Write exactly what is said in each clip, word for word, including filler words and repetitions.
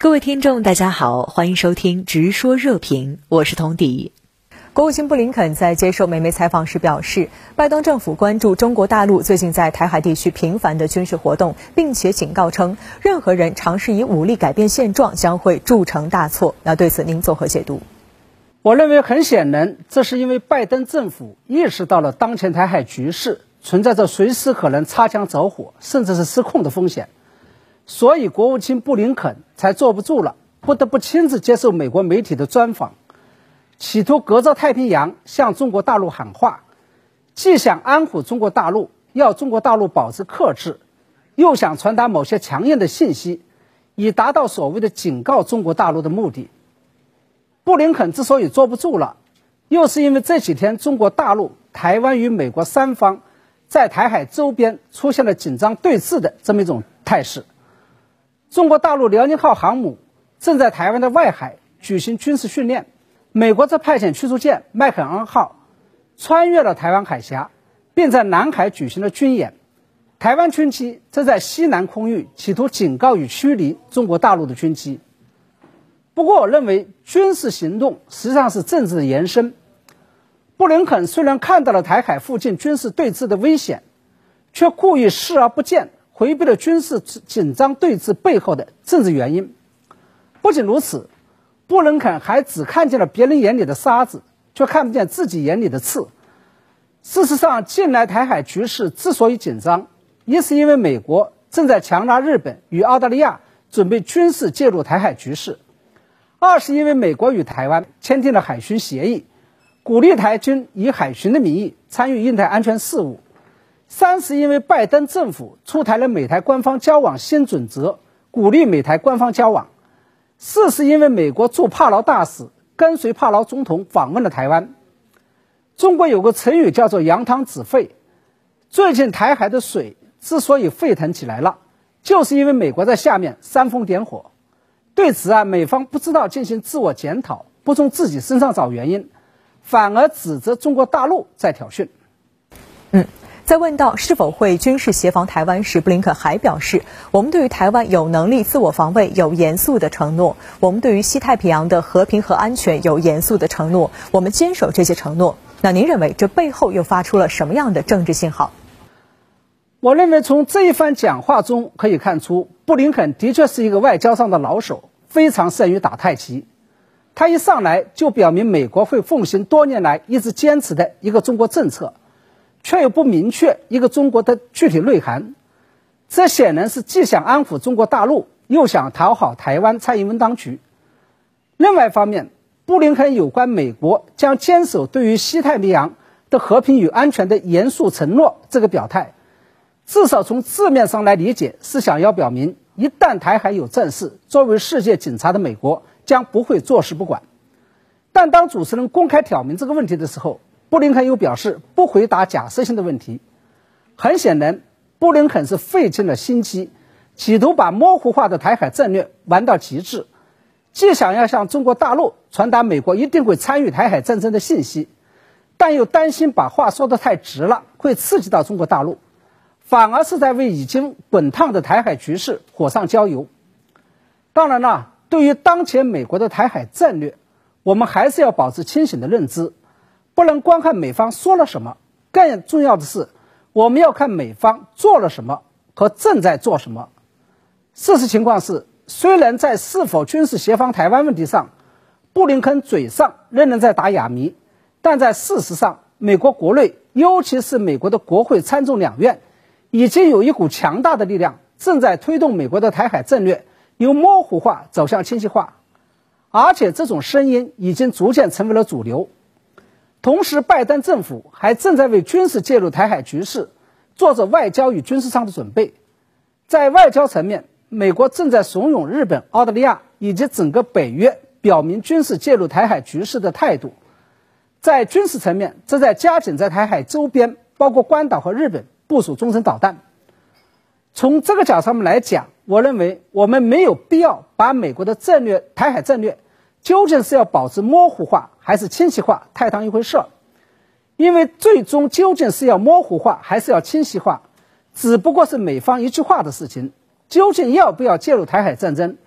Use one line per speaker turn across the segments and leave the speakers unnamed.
各位听众大家好，欢迎收听直说热评，我是童迪。国务卿布林肯在接受美媒采访时表示，拜登政府关注中国大陆最近在台海地区频繁的军事活动，并且警告称，任何人尝试以武力改变现状将会铸成大错。那对此您作何解读？
我认为很显然，这是因为拜登政府意识到了当前台海局势存在着随时可能擦枪走火，甚至是失控的风险，所以国务卿布林肯才坐不住了，不得不亲自接受美国媒体的专访，企图隔着太平洋向中国大陆喊话，既想安抚中国大陆，要中国大陆保持克制，又想传达某些强硬的信息，以达到所谓的警告中国大陆的目的。布林肯之所以坐不住了，又是因为这几天中国大陆、台湾与美国三方在台海周边出现了紧张对峙的这么一种态势。中国大陆辽宁号航母正在台湾的外海举行军事训练，美国则派遣驱逐舰麦肯恩号穿越了台湾海峡，并在南海举行了军演。台湾军机则在西南空域企图警告与驱离中国大陆的军机。不过我认为军事行动实际上是政治的延伸。布林肯虽然看到了台海附近军事对峙的危险，却故意视而不见，回避了军事紧张对峙背后的政治原因。不仅如此，布林肯还只看见了别人眼里的沙子，却看不见自己眼里的刺。事实上，近来台海局势之所以紧张，一是因为美国正在强拉日本与澳大利亚准备军事介入台海局势，二是因为美国与台湾签订了海巡协议，鼓励台军以海巡的名义参与印太安全事务，三是因为拜登政府出台了美台官方交往新准则，鼓励美台官方交往，四是因为美国驻帕劳大使跟随帕劳总统访问了台湾。中国有个成语叫做扬汤止沸，最近台海的水之所以沸腾起来了，就是因为美国在下面煽风点火。对此啊，美方不知道进行自我检讨，不从自己身上找原因，反而指责中国大陆在挑衅。
嗯，在问到是否会军事协防台湾时，布林肯还表示，我们对于台湾有能力自我防卫有严肃的承诺，我们对于西太平洋的和平和安全有严肃的承诺，我们坚守这些承诺。那您认为这背后又发出了什么样的政治信号？
我认为从这一番讲话中可以看出，布林肯的确是一个外交上的老手，非常善于打太极。他一上来就表明美国会奉行多年来一直坚持的一个中国政策，却又不明确一个中国的具体内涵，这显然是既想安抚中国大陆，又想讨好台湾蔡英文当局。另外一方面，布林肯有关美国将坚守对于西太平洋的和平与安全的严肃承诺这个表态，至少从字面上来理解，是想要表明一旦台海有战事，作为世界警察的美国将不会坐视不管。但当主持人公开挑明这个问题的时候，布林肯又表示不回答假设性的问题。很显然，布林肯是费尽了心机，企图把模糊化的台海战略玩到极致，既想要向中国大陆传达美国一定会参与台海战争的信息，但又担心把话说得太直了，会刺激到中国大陆，反而是在为已经滚烫的台海局势火上浇油。当然了，对于当前美国的台海战略，我们还是要保持清醒的认知，不能光看美方说了什么，更重要的是我们要看美方做了什么和正在做什么。事实情况是，虽然在是否军事协防台湾问题上，布林肯嘴上仍然在打哑谜，但在事实上，美国国内尤其是美国的国会参众两院已经有一股强大的力量正在推动美国的台海战略由模糊化走向清晰化，而且这种声音已经逐渐成为了主流。同时，拜登政府还正在为军事介入台海局势做着外交与军事上的准备。在外交层面，美国正在怂恿日本、澳大利亚以及整个北约表明军事介入台海局势的态度。在军事层面，这在加紧在台海周边，包括关岛和日本部署中程导弹。从这个角度上面来讲，我认为我们没有必要把美国的战略台海战略究竟是要保持模糊化还是清晰化太当一回事，因为最终究竟是要模糊化还是要清晰化，只不过是美方一句话的事情。究竟要不要介入台海战争，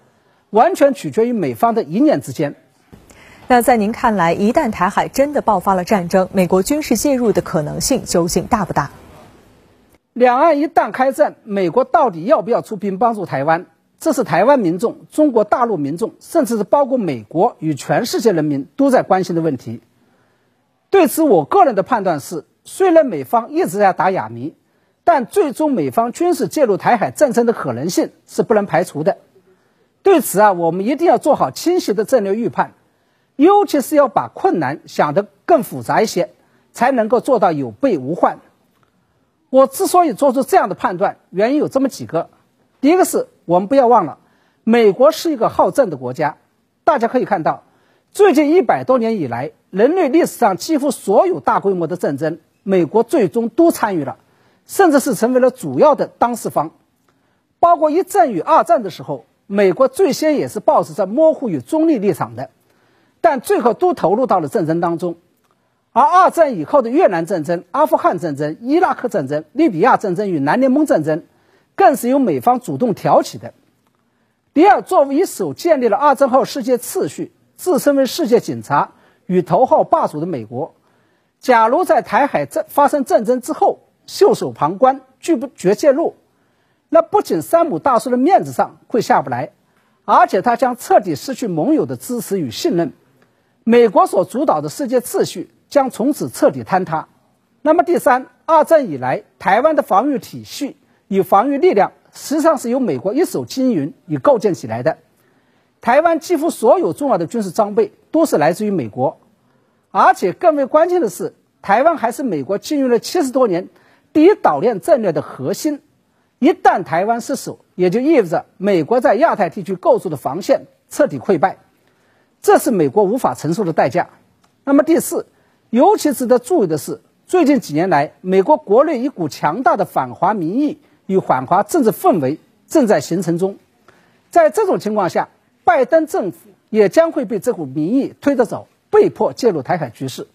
完全取决于美方的一念之间。
那在您看来，一旦台海真的爆发了战争，美国军事介入的可能性究竟大不大？
两岸一旦开战，美国到底要不要出兵帮助台湾？这是台湾民众、中国大陆民众，甚至是包括美国与全世界人民都在关心的问题。对此，我个人的判断是，虽然美方一直在打哑谜，但最终美方军事介入台海战争的可能性是不能排除的。对此啊，我们一定要做好清晰的战略预判，尤其是要把困难想得更复杂一些，才能够做到有备无患。我之所以做出这样的判断，原因有这么几个。第一个是，我们不要忘了，美国是一个好战的国家。大家可以看到，最近一百多年以来，人类历史上几乎所有大规模的战争，美国最终都参与了，甚至是成为了主要的当事方。包括一战与二战的时候，美国最先也是抱持着模糊与中立立场的，但最后都投入到了战争当中。而二战以后的越南战争、阿富汗战争、伊拉克战争、利比亚战争与南联盟战争，更是由美方主动挑起的。第二，作为一手建立了二战后世界秩序、自称为世界警察与头号霸主的美国，假如在台海战发生战争之后袖手旁观、拒不绝介入，那不仅山姆大叔的面子上会下不来，而且他将彻底失去盟友的支持与信任，美国所主导的世界秩序将从此彻底坍塌。那么第三，二战以来台湾的防御体系与防御力量实际上是由美国一手经营与构建起来的，台湾几乎所有重要的军事装备都是来自于美国，而且更为关键的是，台湾还是美国经营了七十多年第一岛链战略的核心。一旦台湾失守，也就意味着美国在亚太地区构筑的防线彻底溃败，这是美国无法承受的代价。那么第四，尤其值得注意的是，最近几年来，美国国内一股强大的反华民意与反华政治氛围正在形成中。在这种情况下，拜登政府也将会被这股民意推着走，被迫介入台海局势。